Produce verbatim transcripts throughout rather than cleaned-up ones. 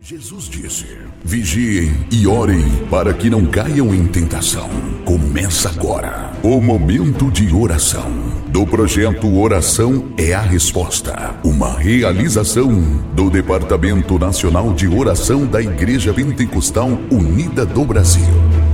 Jesus disse: vigiem e orem para que não caiam em tentação. Começa agora o momento de oração do projeto Oração é a Resposta, uma realização do Departamento Nacional de Oração da Igreja Pentecostal Unida do Brasil.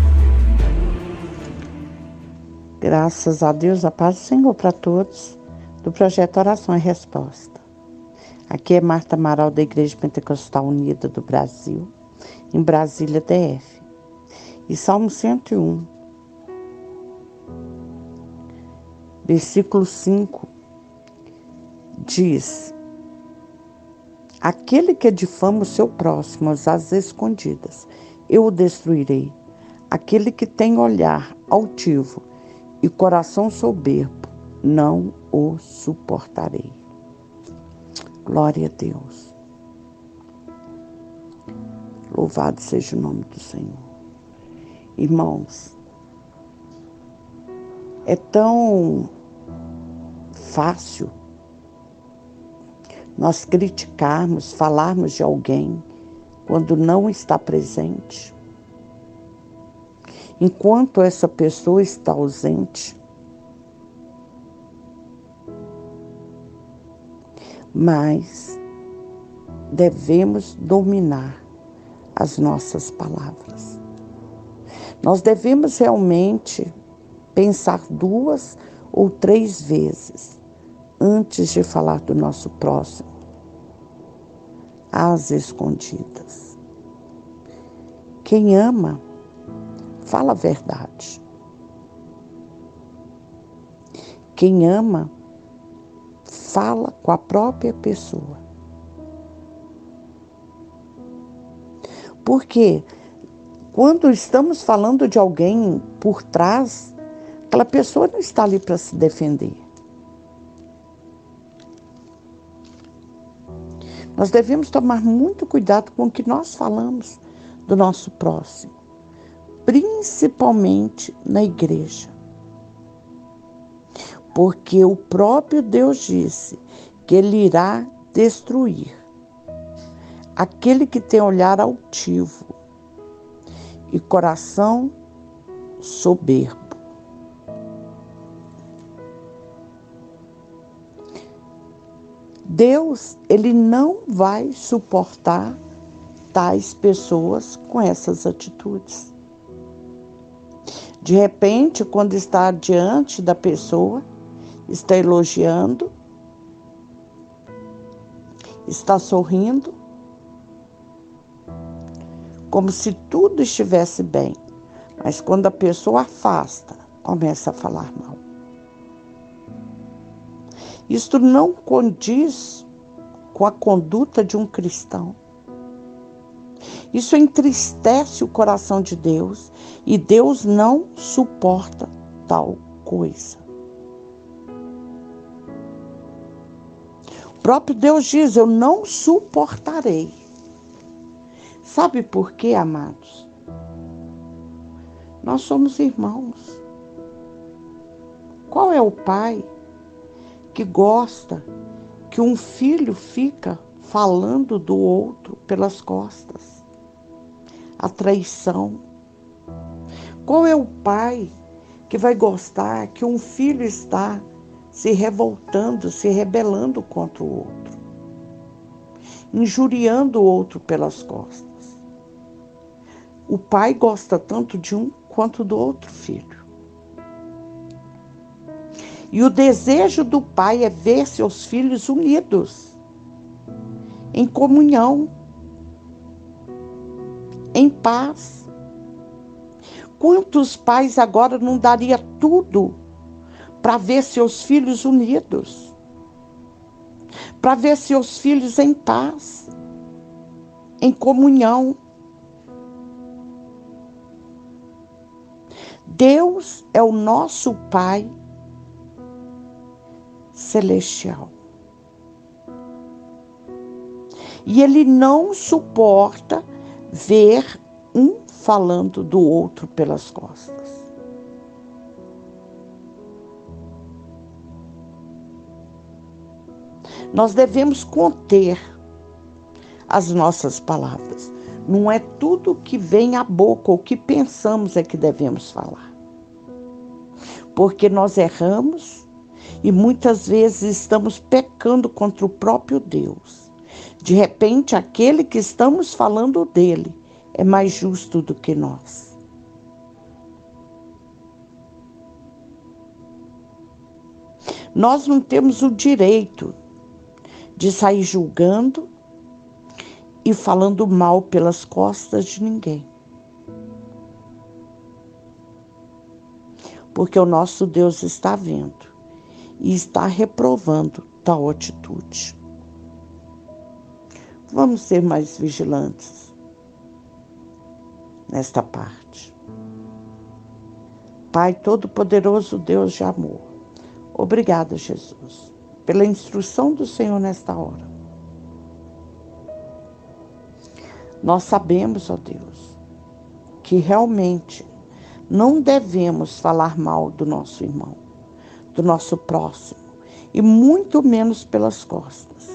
Graças a Deus, a paz do Senhor para todos, do projeto Oração é a Resposta. Aqui é Marta Amaral, da Igreja Pentecostal Unida do Brasil, em Brasília, D F. E Salmo cento e um, versículo cinco, diz: aquele que difama o seu próximo às escondidas, eu o destruirei. Aquele que tem olhar altivo e coração soberbo, não o suportarei. Glória a Deus. Louvado seja o nome do Senhor. Irmãos, é tão fácil nós criticarmos, falarmos de alguém quando não está presente, enquanto essa pessoa está ausente. Mas devemos dominar as nossas palavras. Nós devemos realmente pensar duas ou três vezes antes de falar do nosso próximo, às escondidas. Quem ama, fala a verdade. Quem ama, fala com a própria pessoa. Porque quando estamos falando de alguém por trás, aquela pessoa não está ali para se defender. Nós devemos tomar muito cuidado com o que nós falamos do nosso próximo, principalmente na igreja. Porque o próprio Deus disse que Ele irá destruir aquele que tem olhar altivo e coração soberbo. Deus, Ele não vai suportar tais pessoas com essas atitudes. De repente, quando está diante da pessoa, está elogiando, está sorrindo, como se tudo estivesse bem. Mas quando a pessoa afasta, começa a falar mal. Isto não condiz com a conduta de um cristão. Isso entristece o coração de Deus e Deus não suporta tal coisa. O próprio Deus diz: eu não suportarei. Sabe por quê, amados? Nós somos irmãos. Qual é o pai que gosta que um filho fica falando do outro pelas costas? A traição. Qual é o pai que vai gostar que um filho está se revoltando, se rebelando contra o outro, injuriando o outro pelas costas? O pai gosta tanto de um quanto do outro filho. E o desejo do pai é ver seus filhos unidos, em comunhão, em paz. Quantos pais agora não daria tudo para ver seus filhos unidos, para ver seus filhos em paz, em comunhão? Deus é o nosso Pai celestial. E Ele não suporta ver um falando do outro pelas costas. Nós devemos conter as nossas palavras. Não é tudo que vem à boca, ou que pensamos é que devemos falar. Porque nós erramos e muitas vezes estamos pecando contra o próprio Deus. De repente, aquele que estamos falando dele é mais justo do que nós. Nós não temos o direito de sair julgando e falando mal pelas costas de ninguém. Porque o nosso Deus está vendo e está reprovando tal atitude. Vamos ser mais vigilantes nesta parte. Pai Todo-Poderoso, Deus de amor, obrigada, Jesus, pela instrução do Senhor nesta hora. Nós sabemos, ó Deus, que realmente não devemos falar mal do nosso irmão, do nosso próximo, e muito menos pelas costas.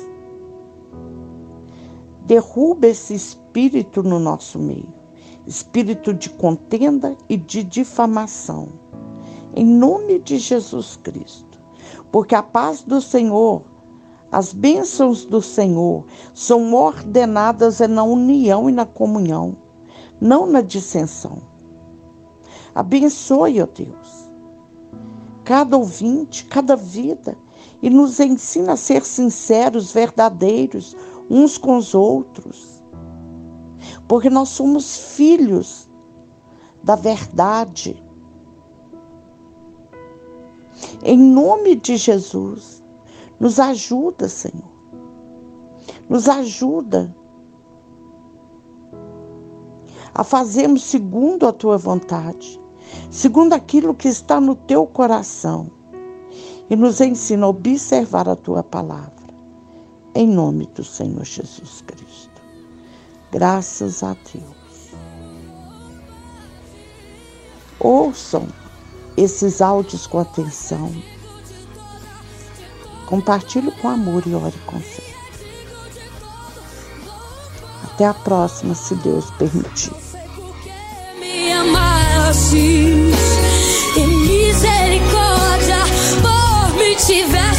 Derruba esse espírito no nosso meio, espírito de contenda e de difamação, em nome de Jesus Cristo, porque a paz do Senhor, as bênçãos do Senhor são ordenadas na união e na comunhão, não na dissensão. Abençoe, ó Deus, cada ouvinte, cada vida, e nos ensina a ser sinceros, verdadeiros, uns com os outros, porque nós somos filhos da verdade. Em nome de Jesus, nos ajuda, Senhor, nos ajuda a fazermos segundo a Tua vontade, segundo aquilo que está no Teu coração, e nos ensina a observar a Tua palavra, em nome do Senhor Jesus Cristo. Graças a Deus. Ouçam esses áudios com atenção. Compartilhe com amor e ore com fé. Até a próxima, se Deus permitir. Me amasses em misericórdia, por me tiver